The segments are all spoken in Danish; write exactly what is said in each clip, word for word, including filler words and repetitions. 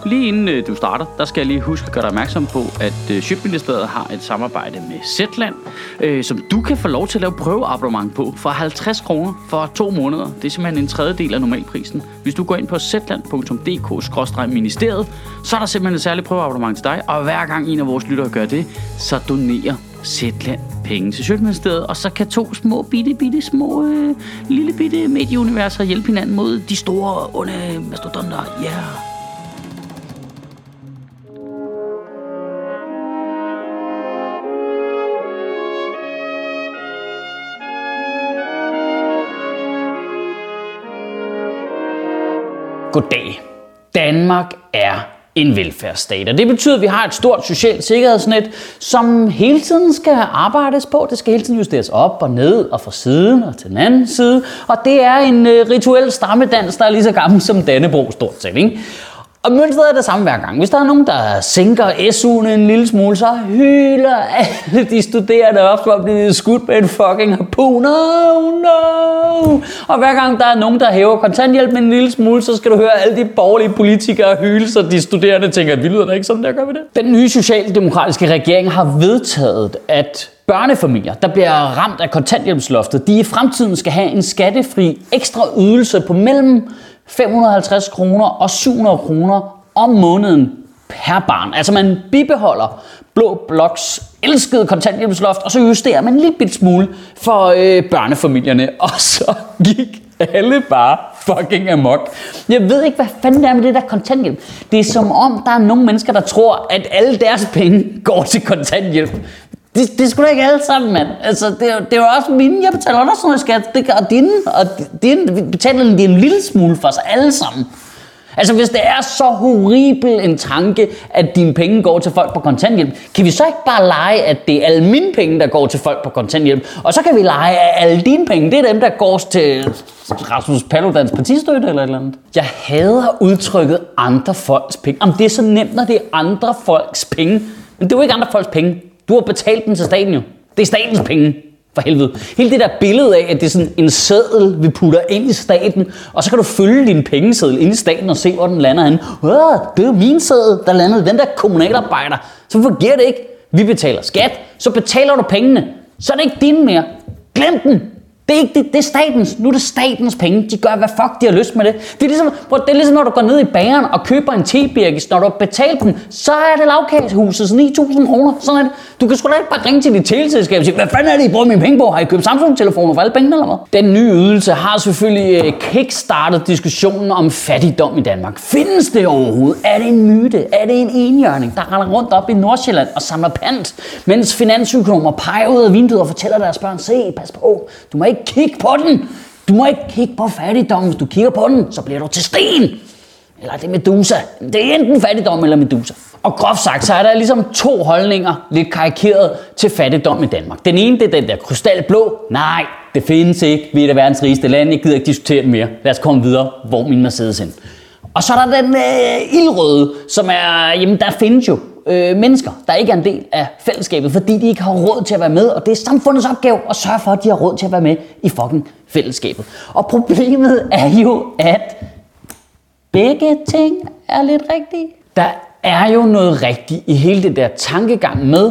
lige inden øh, du starter, der skal jeg lige huske at gøre dig opmærksom på, at øh, Sjøtministeriet har et samarbejde med Zetland, øh, som du kan få lov til at lave prøveabonnement på for halvtreds kroner for to måneder. Det er simpelthen en tredjedel af normalprisen. Hvis du går ind på zetland punktum d k skråstreg ministeriet, så er der simpelthen et særligt prøveabonnement til dig, og hver gang en af vores lyttere gør det, så donerer Zetland penge til Sjøtministeriet, og så kan to små, bitte, bitte, små, øh, lille bitte medieuniverser hjælpe hinanden mod de store, onde mastodonter. Ja. Yeah. Goddag. Danmark er en velfærdsstat, og det betyder, at vi har et stort socialt sikkerhedsnet, som hele tiden skal arbejdes på. Det skal hele tiden justeres op og ned og fra siden og til den anden side, og det er en øh, rituel stammedans, der er lige så gammel som Dannebrog stort set, ikke? Og mønstret er det samme hver gang. Hvis der er nogen, der sænker S U'en en lille smule, så hyler alle de studerende op, for at blive skudt med en fucking harpun. Oh no! Og hver gang der er nogen, der hæver kontanthjælpen en lille smule, så skal du høre alle de borgerlige politikere hyle, så de studerende tænker, at vi lyder da ikke sådan, der gør vi det. Den nye socialdemokratiske regering har vedtaget, at børnefamilier, der bliver ramt af kontanthjælpsloftet, de i fremtiden skal have en skattefri ekstra ydelse på mellem fem hundrede og halvtreds kroner og syv hundrede kroner om måneden per barn. Altså man bibeholder Blå Bloks elskede kontanthjælpsloft, og så justerer man en lille bit smule for øh, børnefamilierne, og så gik alle bare fucking amok. Jeg ved ikke, hvad fanden det er med det der kontanthjælp. Det er som om, der er nogle mennesker, der tror, at alle deres penge går til kontanthjælp. Det, det skulle da ikke alle sammen, mand. Altså, det, er, det er jo også mine. Jeg betaler også noget skat. Det gør dine. Og dine betaler de en lille smule for sig alle sammen. Altså, hvis det er så horribel en tanke, at dine penge går til folk på kontanthjælp, kan vi så ikke bare lege, at det er alle mine penge, der går til folk på kontanthjælp? Og så kan vi lege, at alle dine penge, det er dem, der går til Rasmus Paludans partistøtte eller et eller andet. Jeg hader udtrykket andre folks penge. Om det er så nemt, når det er andre folks penge. Men det er jo ikke andre folks penge. Du har betalt den til staten jo. Det er statens penge. For helvede. Hele det der billede af, at det er sådan en seddel, vi putter ind i staten, og så kan du følge din pengeseddel ind i staten og se, hvor den lander henne. Åh, det er jo min seddel, der landede. Den der kommunalarbejder. Så fungerer det ikke. Vi betaler skat, så betaler du pengene. Så er det ikke dine mere. Glem den. Det er ikke det, det er statens. Nu er det statens penge. De gør, hvad fuck de har lyst med det. Det er ligesom, det er ligesom når du går ned i bageren og køber en tebirkes. Når du har betalt den, så er det lavkagehusets ni tusind kroner. Sådan er det. Du kan sgu da ikke bare ringe til dit teleselskab og sige, hvad fanden er det, I bruger mine penge på? Har I købt Samsung-telefoner for alle pengene eller hvad? Den nye ydelse har selvfølgelig kickstartet diskussionen om fattigdom i Danmark. Findes det overhovedet? Er det en myte? Er det en enhjørning, der render rundt op i Nordsjælland og samler pant, mens finansøkonomer peger ud af vinduet og fortæller deres børn, se, pas på, du må ikke kigge på den. Du må ikke kigge på fattigdom. Hvis du kigger på den, så bliver du til sten. Eller det er Medusa. Det er enten fattigdom eller Medusa. Og groft sagt, så er der ligesom to holdninger, lidt karikeret, til fattigdom i Danmark. Den ene, det er den der krystalblå. Nej, det findes ikke. Vi er det verdens rigeste land. Jeg gider ikke diskutere det mere. Lad os komme videre, hvor min Mercedes hen. Og så er der den øh, ildrøde, som er, jamen der findes jo øh, mennesker, der ikke er en del af fællesskabet, fordi de ikke har råd til at være med, og det er samfundets opgave at sørge for, at de har råd til at være med i fucking fællesskabet. Og problemet er jo, at begge ting er lidt rigtige. Der er jo noget rigtigt i hele det der tankegang med,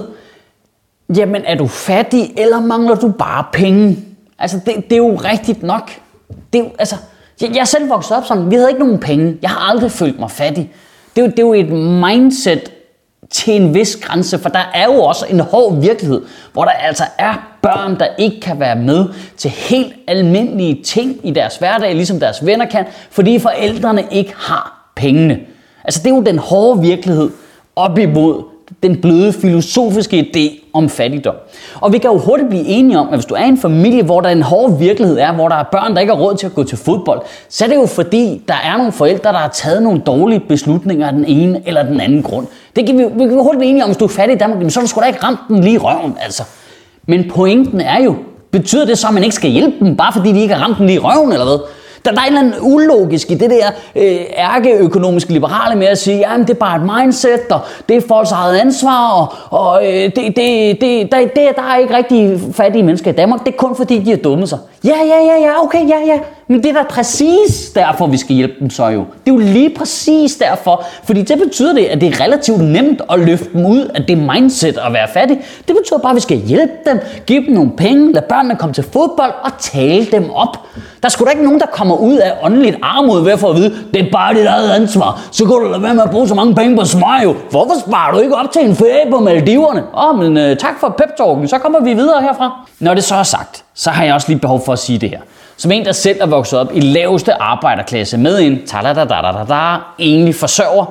jamen er du fattig, eller mangler du bare penge? Altså det, det er jo rigtigt nok. Det er jo, altså... Jeg er selv vokset op sådan, vi havde ikke nogen penge. Jeg har aldrig følt mig fattig. Det er, jo, det er jo et mindset til en vis grænse, for der er jo også en hård virkelighed, hvor der altså er børn, der ikke kan være med til helt almindelige ting i deres hverdag, ligesom deres venner kan, fordi forældrene ikke har pengene. Altså det er jo den hårde virkelighed op imod den bløde filosofiske idé om fattigdom. Og vi kan jo hurtigt blive enige om, at hvis du er i en familie, hvor der en hård virkelighed er, hvor der er børn, der ikke har råd til at gå til fodbold, så er det jo fordi, der er nogle forældre, der har taget nogle dårlige beslutninger af den ene eller den anden grund. Det kan vi, vi kan jo hurtigt blive enige om, hvis du er fattig i Danmark, så er du sgu da ikke ramt den lige i røven, altså. Men pointen er jo, betyder det så, at man ikke skal hjælpe dem, bare fordi de ikke har ramt den lige i røven, eller hvad? Der, der er en eller anden ulogisk i det der øh, ærkeøkonomiske liberale med at sige, jamen det er bare et mindset, og det er folks eget ansvar, og, og øh, det, det, det, der, det, der er ikke rigtig fattige mennesker i Danmark. Det er kun fordi, de har dummet sig. Ja, ja, ja, ja, okay, ja, ja. Men det er da præcis derfor, vi skal hjælpe dem så jo. Det er jo lige præcis derfor. Fordi det betyder det, at det er relativt nemt at løfte dem ud af det mindset at være fattig. Det betyder bare, at vi skal hjælpe dem, give dem nogle penge, lade børnene komme til fodbold og tale dem op. Der er sgu da ikke nogen, der kommer ud af åndeligt armod ved at få at vide, det er bare dit eget ansvar. Så kan du lade være med at bruge så mange penge på smøg. Hvorfor sparer du ikke op til en ferie på Maldiverne? Åh, oh, men uh, tak for pep-talken, så kommer vi videre herfra. Når det så er sagt, så har jeg også lige behov for at sige det her. Som en, der selv er vokset op i laveste arbejderklasse med en ta-da-da-da-da-da, egentlig forsørger,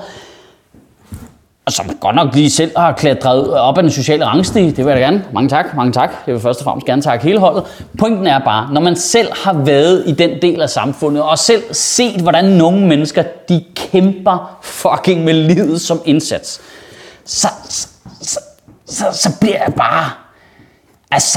og som godt nok lige selv har klatret op af den sociale rangstige, det vil jeg da gerne. Mange tak, mange tak. Jeg vil først og fremmest gerne takke hele holdet. Pointen er bare, når man selv har været i den del af samfundet, og selv set, hvordan nogle mennesker, de kæmper fucking med livet som indsats, så, så, så, så, så bliver jeg bare, altså,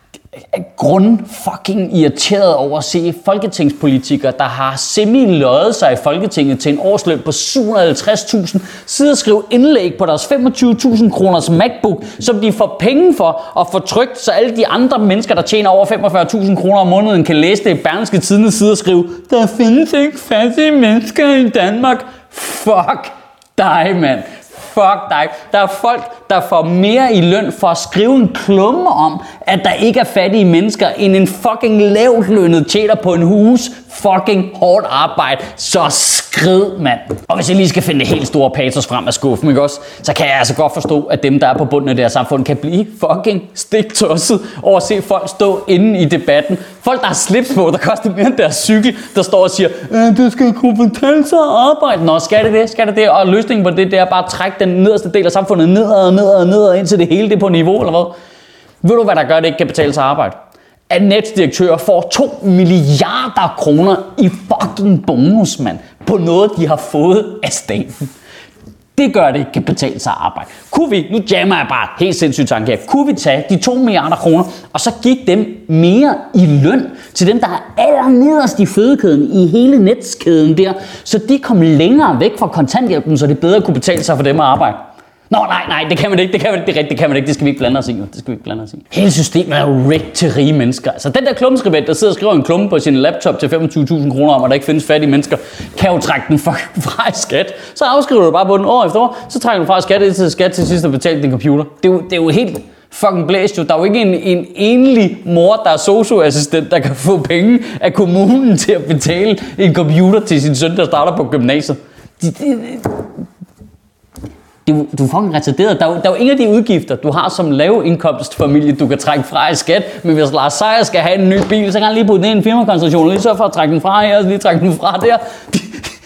grund fucking irriteret over at se folketingspolitikere, der har semi-løjet sig i Folketinget til en årsløn på syv hundrede og halvtreds tusind, sidde og skrive indlæg på deres femogtyve tusind kroners MacBook, som de får penge for at få trykt, så alle de andre mennesker, der tjener over femogfyrre tusind kroner om måneden, kan læse det i Berlingske Tidende side og skrive, der findes ikke fattige mennesker i Danmark. Fuck dig, mand. Fuck dig. Der er folk, der får mere i løn for at skrive en klumme om, at der ikke er fattige mennesker, end en fucking lavt lønnet tjener på en hus. Fucking hårdt arbejde. Så skrid, mand. Og hvis jeg lige skal finde det helt store patos frem af skuffen, ikke også? Så kan jeg altså godt forstå, at dem, der er på bunden af det her samfund, kan blive fucking stiktosset over at se folk stå inde i debatten. Folk, der har slips på, der koster mere end deres cykel, der står og siger, øh, det skal kunne betale sig at arbejde. Nå, skal det det? Skal det det? Og løsningen på det, det er bare at trække den nederste del af samfundet nedad og nedad og nedad, indtil det hele det er på niveau, eller hvad? Ved du, hvad der gør, det ikke kan betale sig at arbejde? At Nets direktør får to milliarder kroner i fucking bonus, mand, på noget, de har fået af staten. Det gør, det ikke kan betale sig at arbejde. Kunne vi, nu jammer jeg bare helt sindssygt tanke her, kunne vi tage de to milliarder kroner, og så give dem mere i løn til dem, der er allernederst i fødekæden, i hele netskæden der, så de kom længere væk fra kontanthjælpen, så det bedre kunne betale sig for dem at arbejde. Nå, nej, nej, det kan man ikke, det kan man ikke, det, rigtigt, det kan man ikke, det skal vi ikke blande os i, det skal vi ikke blande os i. Hele systemet er jo rigged til rige mennesker. Altså, den der klummeskribent, der sidder og skriver en klumme på sin laptop til femogtyve tusind kroner om, at der ikke findes fattige mennesker, kan jo trække den fra i skat. Så afskriver du bare på den år efter år, så trækker du fra i skat, til skat til sidst og betaler din computer. Det er jo, det er jo helt fucking blæst jo. Der er jo ikke en, en enlig mor, der er socioassistent, der kan få penge af kommunen til at betale en computer til sin søn, der starter på gymnasiet. De, de, de, Du, du er fucking retarderet. Der er, jo, der er jo ingen af de udgifter, du har som lavindkomstfamilie, du kan trække fra i skat. Men hvis Lars Seier skal have en ny bil, så kan han lige putte den i en firmakonstruktion, og lige så for at trække den fra her, og lige trække den fra der. Det,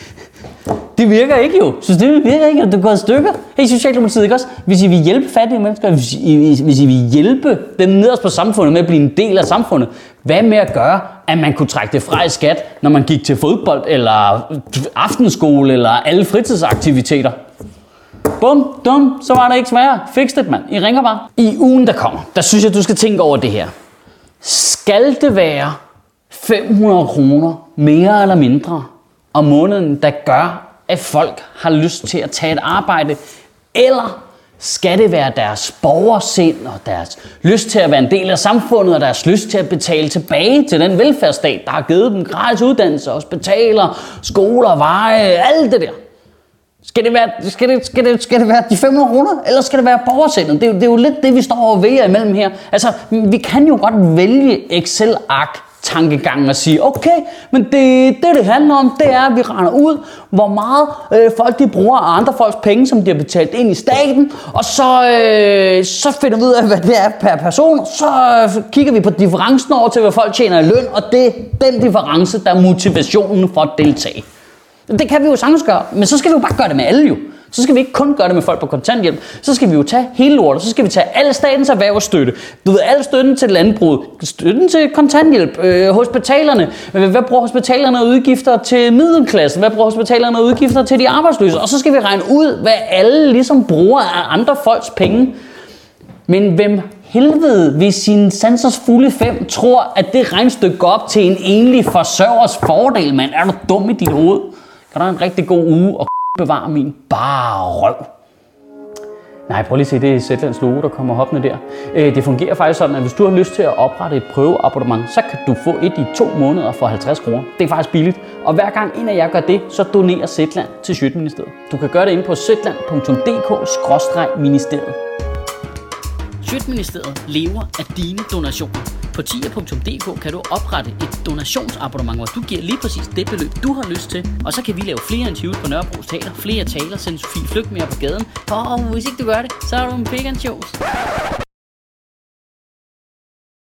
det virker ikke jo. Systemet virker ikke, og det går i stykker. Hey, Socialdemokratiet, ikke også? Hvis I vil hjælpe fattige mennesker, hvis I, hvis I vil hjælpe dem nederst på samfundet med at blive en del af samfundet, hvad med at gøre, at man kunne trække det fra i skat, når man gik til fodbold, eller aftenskole, eller alle fritidsaktiviteter? Bum, dum, så var det ikke sværere. Fix det, mand. I ringer bare. I ugen, der kommer, der synes jeg, du skal tænke over det her. Skal det være fem hundrede kroner mere eller mindre om måneden, der gør, at folk har lyst til at tage et arbejde? Eller skal det være deres borgersind og deres lyst til at være en del af samfundet og deres lyst til at betale tilbage til den velfærdsstat, der har givet dem gratis uddannelse, hospitaler, skoler, veje, alt det der? Skal det, være, skal, det, skal, det, skal det være de fem hundrede kroner, eller skal det være borgersindet? Det er, det er jo lidt det, vi står og vælger imellem her. Altså, vi kan jo godt vælge Excel-ark-tankegangen og sige, okay, men det, det, det handler om, det er, at vi regner ud, hvor meget øh, folk de bruger af andre folks penge, som de har betalt ind i staten, og så, øh, så finder vi ud af, hvad det er per person, så øh, kigger vi på differencen over til, hvad folk tjener i løn, og det er den difference, der er motivationen for at deltage. Det kan vi jo sagtens gøre, men så skal vi jo bare gøre det med alle jo. Så skal vi ikke kun gøre det med folk på kontanthjælp. Så skal vi jo tage hele lortet. Så skal vi tage alle statens erhvervsstøtte. Du ved, alle støtten til landbruget. Støtten til kontanthjælp. Øh, hospitalerne. Hvad bruger hospitalerne af udgifter til middelklassen? Hvad bruger hospitalerne af udgifter til de arbejdsløse? Og så skal vi regne ud, hvad alle ligesom bruger af andre folks penge. Men hvem helvede, hvis sin sansers fulde fem tror, at det regnestykke går op til en enlig forsørgers fordel, mand? Er du dum i dit hoved? Kan du have en rigtig god uge og bevare min bare røv? Nej, prøv lige at se, det er Zetlands logo, der kommer hoppende der. Det fungerer faktisk sådan, at hvis du har lyst til at oprette et prøveabonnement, så kan du få et i to måneder for halvtreds kroner. Det er faktisk billigt. Og hver gang en af jer gør det, så donerer Zetland til Sjøtministeriet. Du kan gøre det inde på zetland punktum d k skråstreg ministeriet. Sjøtministeriet lever af dine donationer. På tier punktum d k kan du oprette et donationsabonnement, hvor du giver lige præcis det beløb, du har lyst til. Og så kan vi lave flere interviews på Nørrebro Teater, flere taler, sende Sofie Flygt mere på gaden. Og hvis ikke du gør det, så er du en big and shows.